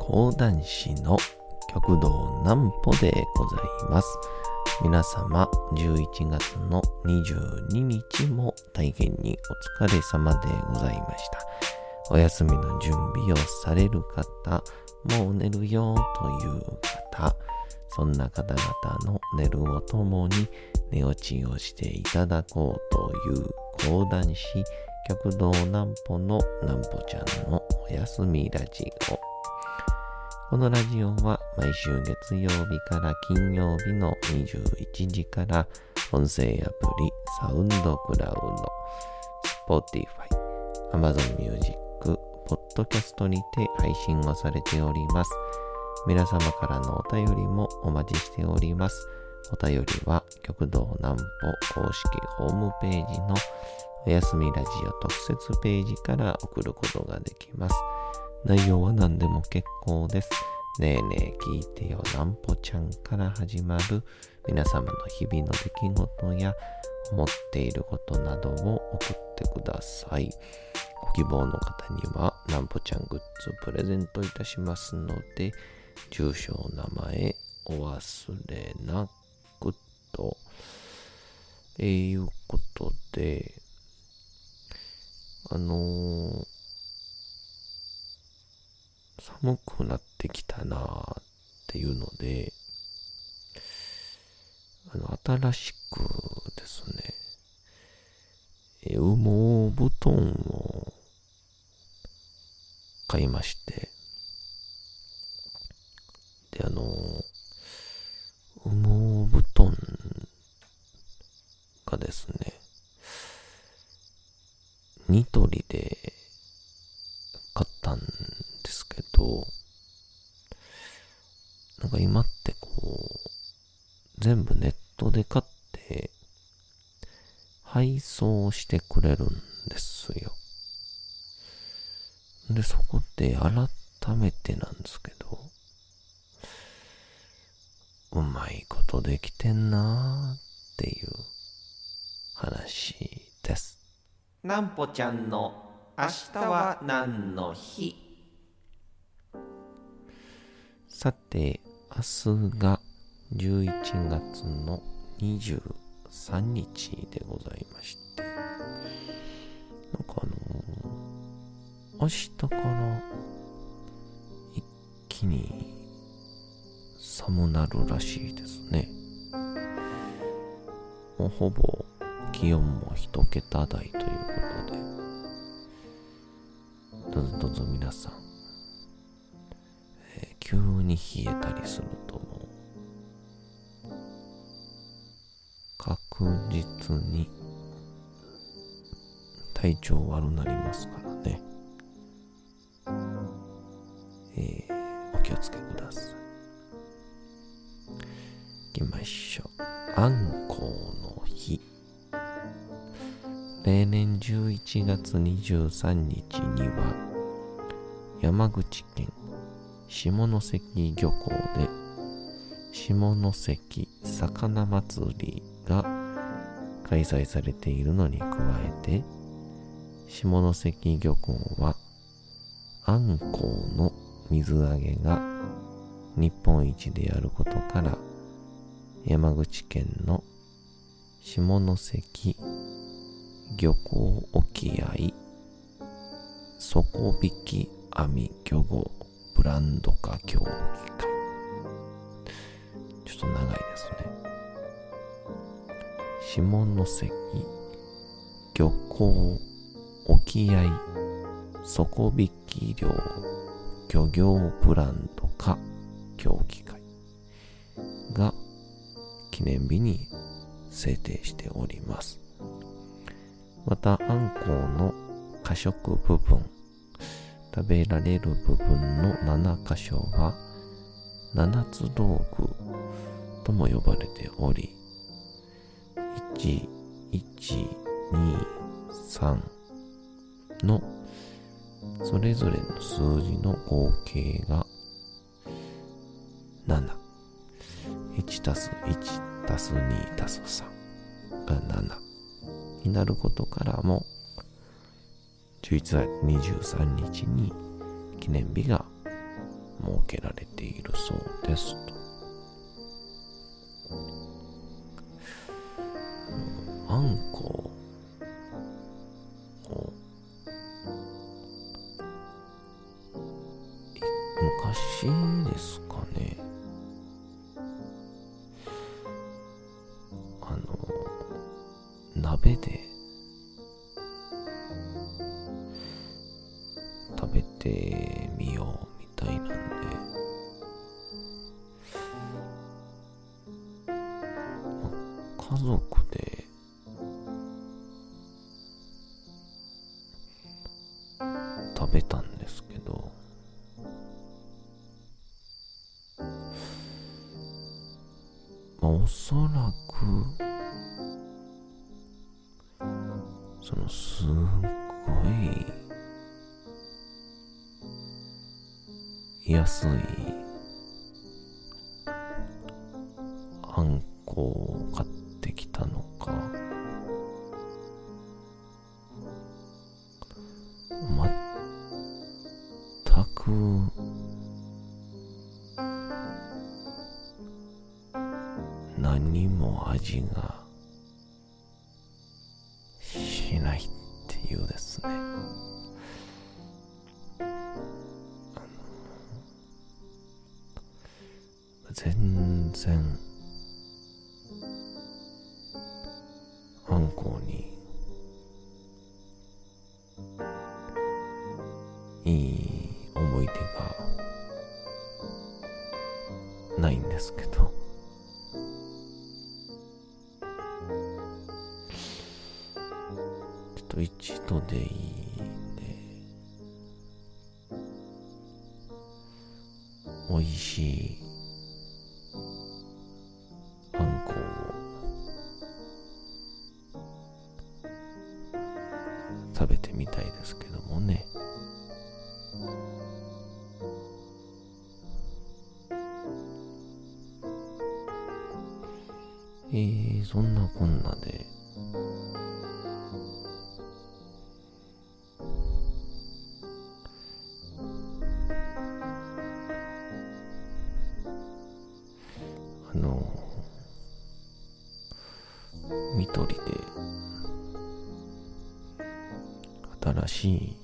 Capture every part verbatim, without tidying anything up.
講談師の極道南歩でございます。皆様じゅういちがつのにじゅうににちも大変にお疲れ様でございました。お休みの準備をされる方、もう寝るよという方、そんな方々の寝るをともに寝落ちをしていただこうという講談師極道南歩の南歩ちゃんのお休みラジオ。このラジオは毎週月曜日から金曜日のにじゅういちじから音声アプリサウンドクラウド、Spotify、Amazon Music、ポッドキャストにて配信をされております。皆様からのお便りもお待ちしております。お便りは極道南歩公式ホームページのおやすみラジオ特設ページから送ることができます。内容は何でも結構です。ねえねえ聞いてよ南歩ちゃんから始まる皆様の日々の出来事や思っていることなどを送ってください。ご希望の方には南歩ちゃんグッズプレゼントいたしますので、住所名前お忘れなくと、えー、いうことで、あのー、寒くなってきたなーっていうので、あの新しくですね、羽毛布団を買いまして、であの羽毛布団がですね、ニトリで買ったんですけど、なんか今ってこう全部ネットで買って配送してくれるんですよ。でそこで改めてなんですけど、うまいことできてんなーっていう話です。南歩ちゃんの明日は何の日。さて、明日がじゅういちがつのにじゅうさんにちでございまして、なんかあのー、明日から一気に寒なるらしいですね。もうほぼ気温も一桁台ということで、どうぞどうぞ皆さん、えー、急に冷えたりするともう確実に体調悪なりますからね。えー、お気をつけください。行きましょう。あんこうの日。例年じゅういちがつにじゅうさんにちには山口県下関漁港で下関魚祭りが開催されているのに加えて、下関漁港はあんこうの水揚げが日本一であることから、山口県の下関漁港沖合底引き網漁業ブランド化協議会、ちょっと長いですね。下関漁港沖合底引き漁漁業ブランド化協議会が記念日に制定しております。また、あんこうの可食部分、食べられる部分のななかしょは七つ道具とも呼ばれており、いち、いち、に、さんのそれぞれの数字の合計がなな、いちたすいちたすにたすさんがななになることからも、じゅういちがつにじゅうさんにちに記念日が設けられているそうですと。あんこを昔ですかね、あの鍋で食べてみようみたいなんで、ま、家族で食べたんですけど、まあ、おそらくそのすっごい安いあんこを買ってきたのか、全く何も味がしないっていうですね、全然あんこにいい思い出がないんですけど、ちょっと一度でいいんで美味しいあんこを食べてみたいですけどもね。えー、そんなこんなであのニトリで新しい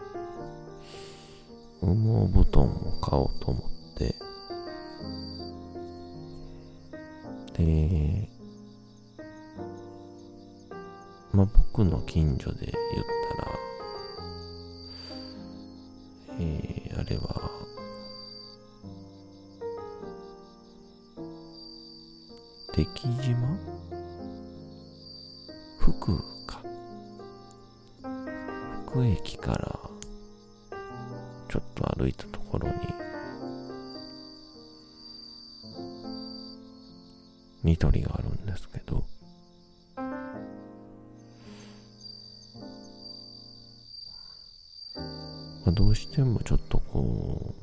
羽毛布団を買おうと思って、でまあ僕の近所で言ったら、えー、あれは出来島福か福駅からちょっと歩いたところにニトリがあるんですけど、まあ、どうしてもちょっとこ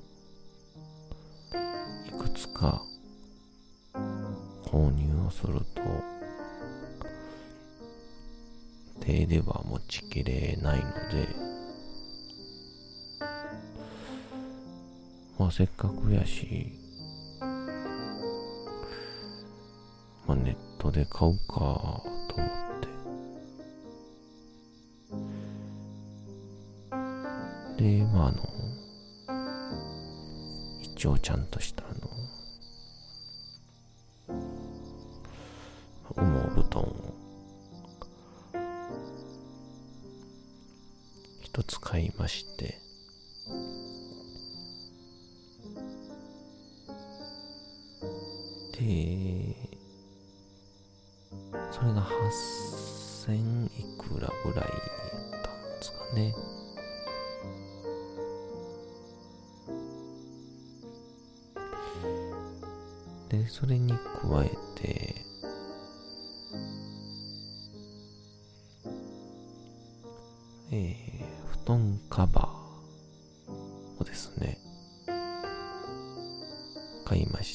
ういくつか購入をすると手では持ちきれないので、まあせっかくやし、まあ、ネットで買うかと思ってでまああの一応ちゃんとしたあの羽毛布団を一つ買いまして、でそれがはっせんいくらぐらいだったんですかね。でそれに加えてえー、布団カバーをですね買いまして、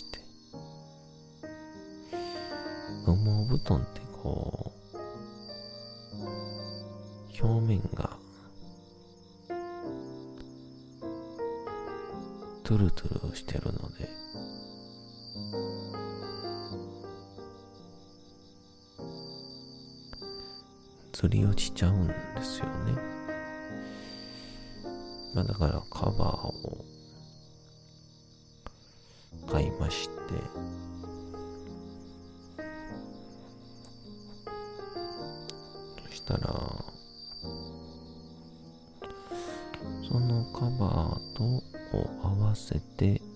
羽毛布団ってこう表面がトゥルトゥルしてるので、ずり落ちちゃうんですよね。まあだからカバーを買いまして、そしたらそのカバーとを合わせてい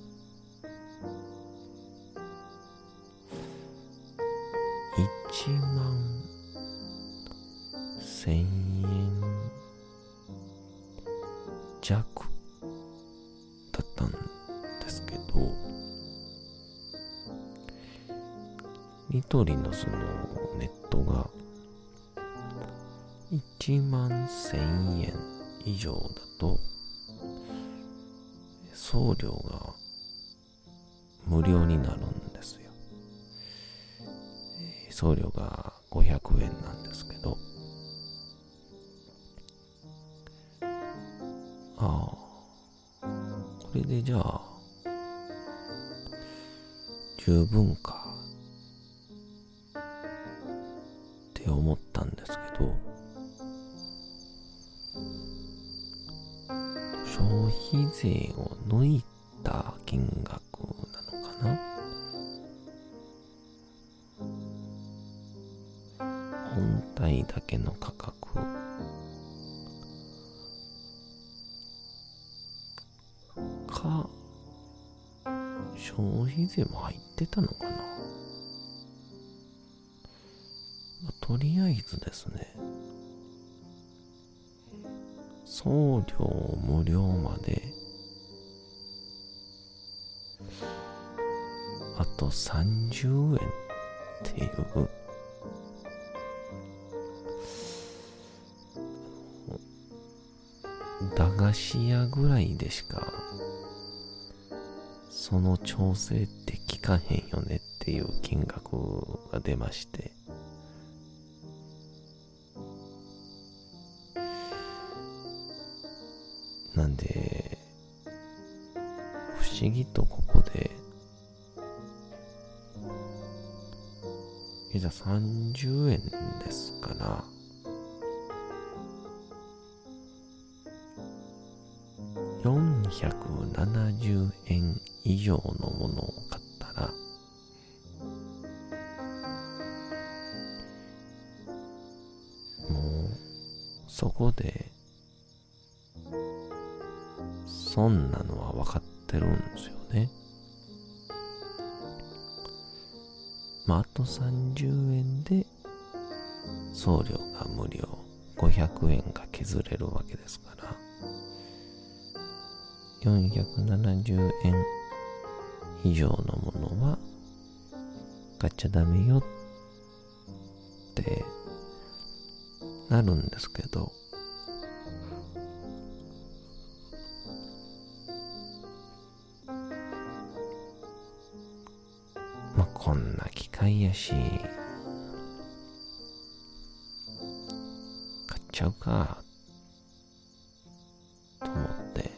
ちまんせんえん弱だったんですけど、ニトリのそのネットがいちまんせんえん以上だと送料が無料になるんですよ。送料がごひゃくえんなんですけど、ああ、これでじゃあ十分かって思ったんですけど、消費税を抜いた金額なのかな。本体だけの価格か、消費税も入ってたのかな。まあ、とりあえずですね、送料無料まであとさんじゅうえんっていう駄菓子屋ぐらいでしかその調整って効かへんよねっていう金額が出まして、なんで不思議とここでじゃあさんじゅうえんですからよんひゃくななじゅうえん以上のものを買ったらもうそこで損なのは分かってるんですよね。まああとさんじゅうえんで送料が無料、ごひゃくえんが削れるわけですからよんひゃくななじゅうえん以上のものは買っちゃダメよってなるんですけど、まあこんな機会やし買っちゃうかと思って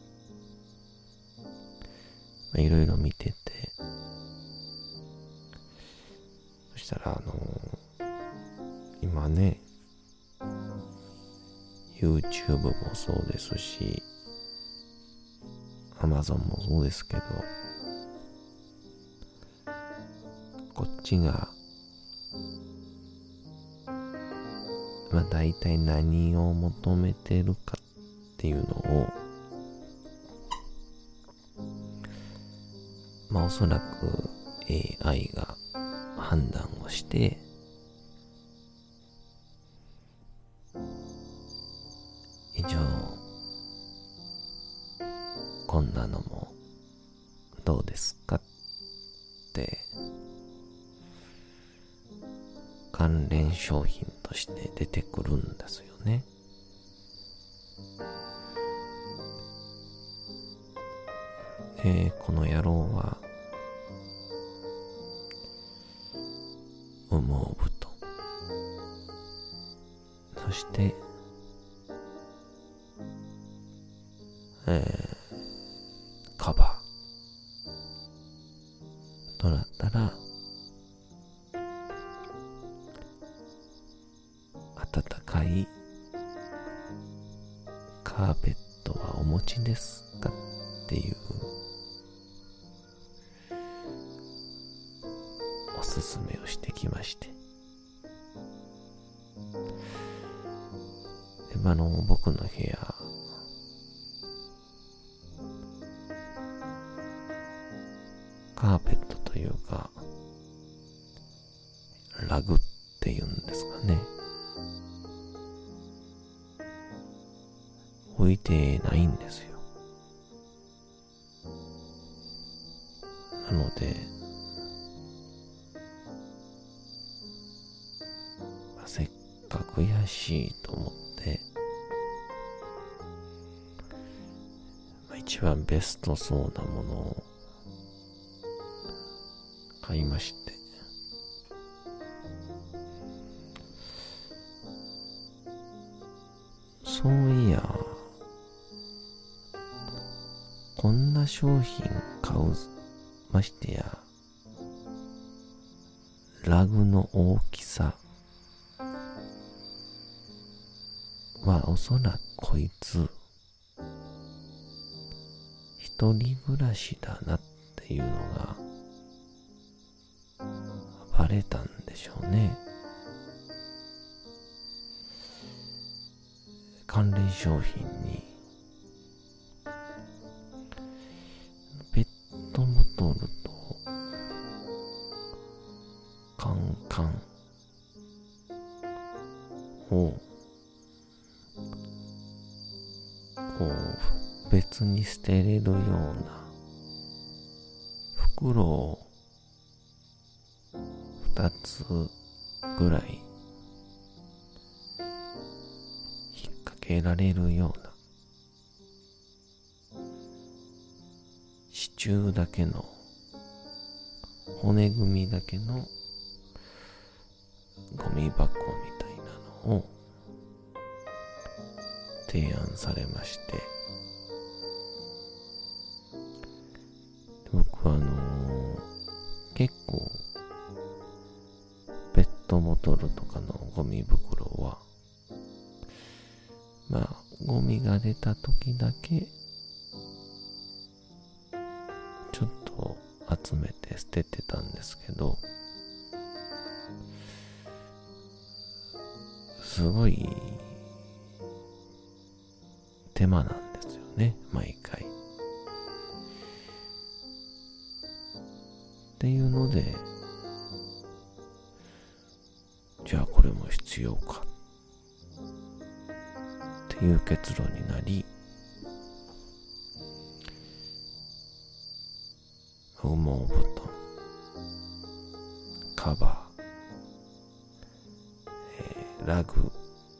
いろいろ見てて、そしたらあのー、今ね YouTube もそうですし Amazon もそうですけど、こっちがまあ大体何を求めてるかっていうのをまあおそらく エーアイ が判断をして以上こんなのもどうですかって関連商品として出てくるんですよね。でこの野郎は羽毛布団、そしてえー、カバとなったら、暖かいカーペットはお持ちですかっていうおすすめをしてきまして、であの僕の部屋、カーペットというかラグっていうんですかね、置いてないんですよ。なので、まあ、せっかくやしと思って、まあ、一番ベストそうなものを買いまして、そういやこんな商品買う、ましてやラグの大きさはおそらくこいつ一人暮らしだなっていうのがバレたんでしょうね。関連商品にペットボトルとカンカンをこう別に捨てれるような袋を二つぐらい引っ掛けられるような支柱だけの骨組みだけのゴミ箱みたいなのを提案されまして、僕はあのー、結構ペットボトルとかのゴミ袋はまあゴミが出た時だけちょっと集めて捨ててたんですけど、すごい手間なんですよね、毎回。っていうので、じゃあこれも必要かっていう結論になり、羽毛布団、カバー、えー、ラグ、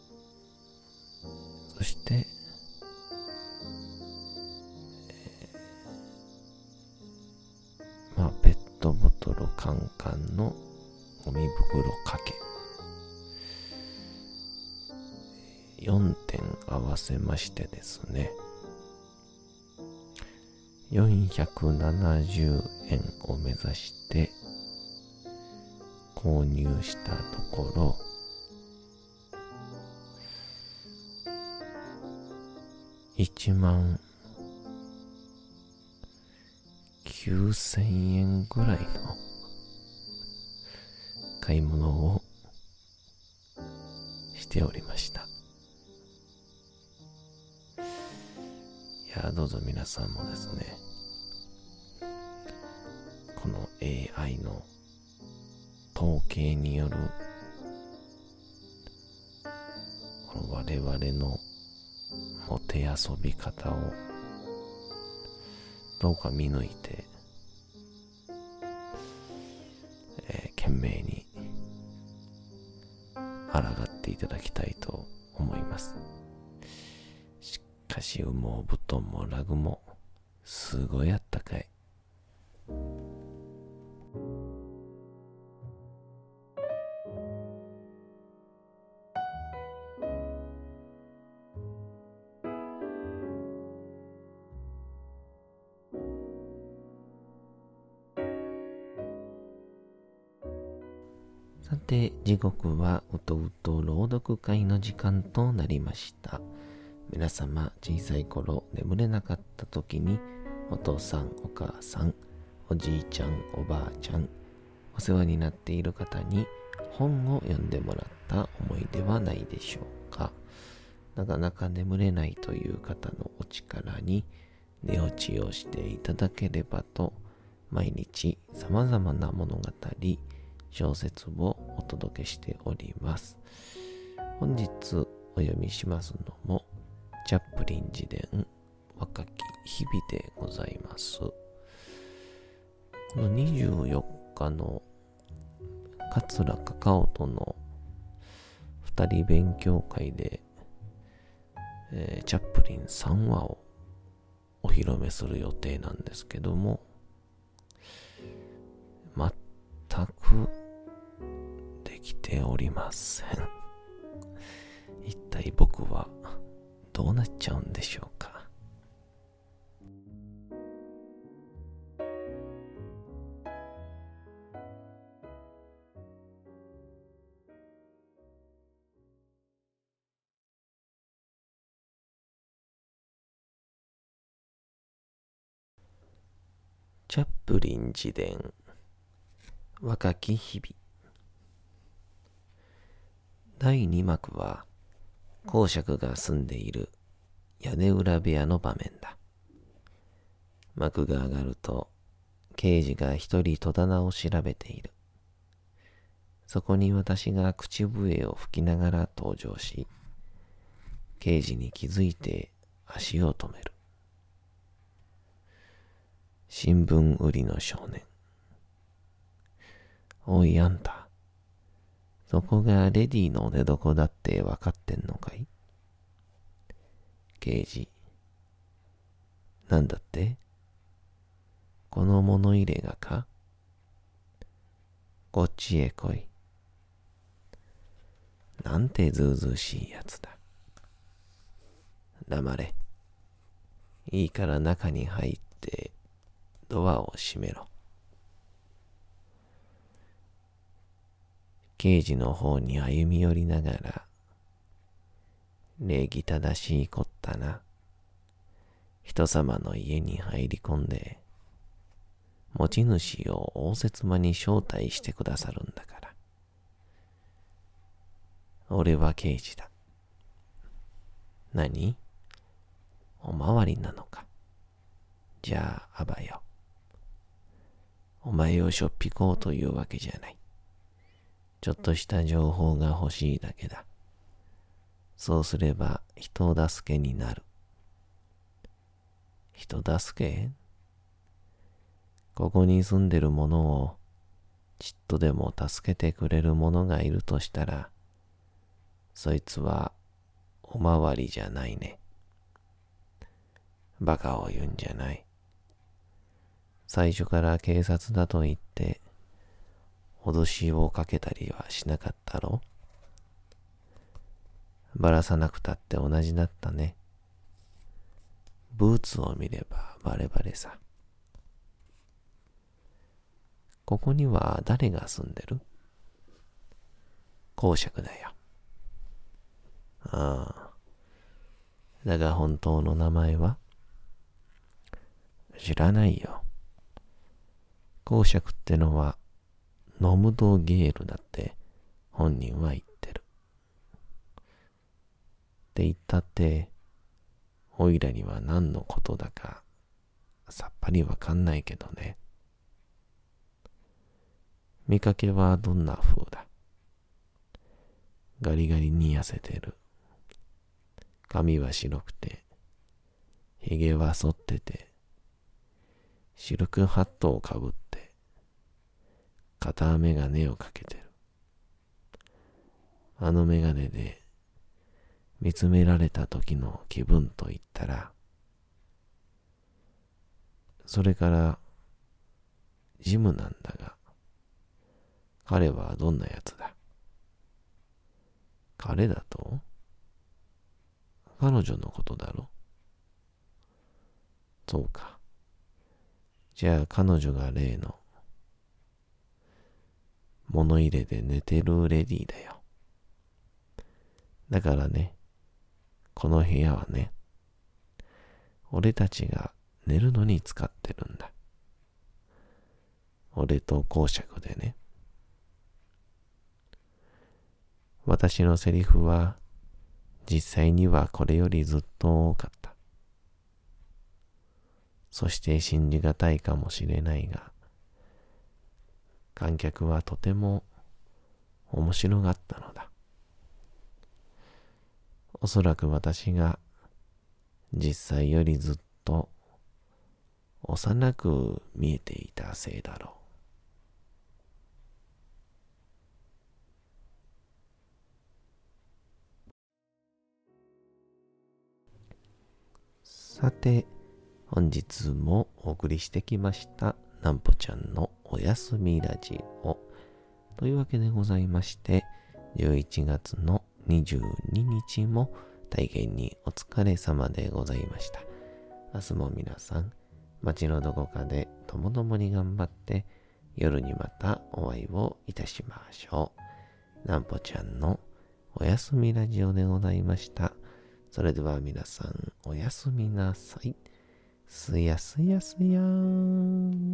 そして、えー、まあペットボトルカンカンのゴミ袋かけよんてん合わせましてですね、よんひゃくななじゅうえんを目指して購入したところ、いちまんきゅうせんえんぐらいの買い物をしておりました。いや、どうぞ皆さんもですね、この エーアイ の統計によるこの我々のもてあそび方をどうか見抜いて、えー、懸命に抗っていただきたいと思います。しかし羽毛布団もラグもすごいあったかい。 さて、時刻はうとうと朗読会の時間となりました。皆様、小さい頃眠れなかった時に、お父さん、お母さん、おじいちゃん、おばあちゃん、お世話になっている方に本を読んでもらった思い出はないでしょうか。なかなか眠れないという方のお力に寝落ちをしていただければと、毎日様々な物語、小説をお届けしております。本日お読みしますのも、チャップリン自伝若き日々でございます。このにじゅうよっかの桂カカオとの二人勉強会で、えー、チャップリンさんわをお披露目する予定なんですけども、全くできておりません。一体僕はどうなっちゃうんでしょうか。チャップリン自伝若き日々。だいに幕は公爵が住んでいる屋根裏部屋の場面だ。幕が上がると刑事が一人戸棚を調べている。そこに私が口笛を吹きながら登場し、刑事に気づいて足を止める。新聞売りの少年。おいあんた、そこがレディの寝床だってわかってんのかい？刑事。なんだって？この物入れがか？こっちへ来い。なんてずうずうしいやつだ。黙れ。いいから中に入ってドアを閉めろ。刑事の方に歩み寄りながら、礼儀正しいこったな。人様の家に入り込んで、持ち主を応接間に招待してくださるんだから。俺は刑事だ。何？おまわりなのか。じゃあ、あばよ。お前をしょっぴこうというわけじゃない。ちょっとした情報が欲しいだけだ。そうすれば人助けになる。人助け？ここに住んでる者をちっとでも助けてくれる者がいるとしたら、そいつはおまわりじゃないね。バカを言うんじゃない。最初から警察だと言って脅しをかけたりはしなかったろ？ばらさなくたって同じだったね。ブーツを見ればバレバレさ。ここには誰が住んでる？公爵だよ。ああ。だが本当の名前は？知らないよ。公爵ってのはノムドゲールだって本人は言ってる。って言ったって、おいらには何のことだかさっぱりわかんないけどね。見かけはどんな風だ？ガリガリに痩せてる。髪は白くて、ひげは剃ってて、シルクハットをかぶって、片眼鏡をかけてる。あの眼鏡で見つめられた時の気分と言ったら、それからジムなんだが、彼はどんなやつだ？彼だと？彼女のことだろ？そうか。じゃあ彼女が例の物入れで寝てるレディーだよ。だからね、この部屋はね、俺たちが寝るのに使ってるんだ。俺と公爵でね。私のセリフは実際にはこれよりずっと多かった。そして信じがたいかもしれないが、観客はとても面白がったのだ。おそらく私が実際よりずっと幼く見えていたせいだろう。さて、本日もお送りしてきましたなんぽちゃんのおやすみラジオというわけでございまして、じゅういちがつのにじゅうににちも大変にお疲れ様でございました。明日も皆さん、街のどこかでともどもに頑張って夜にまたお会いをいたしましょう。なんぽちゃんのおやすみラジオでございました。それでは皆さんおやすみなさい。すやすやすやーん。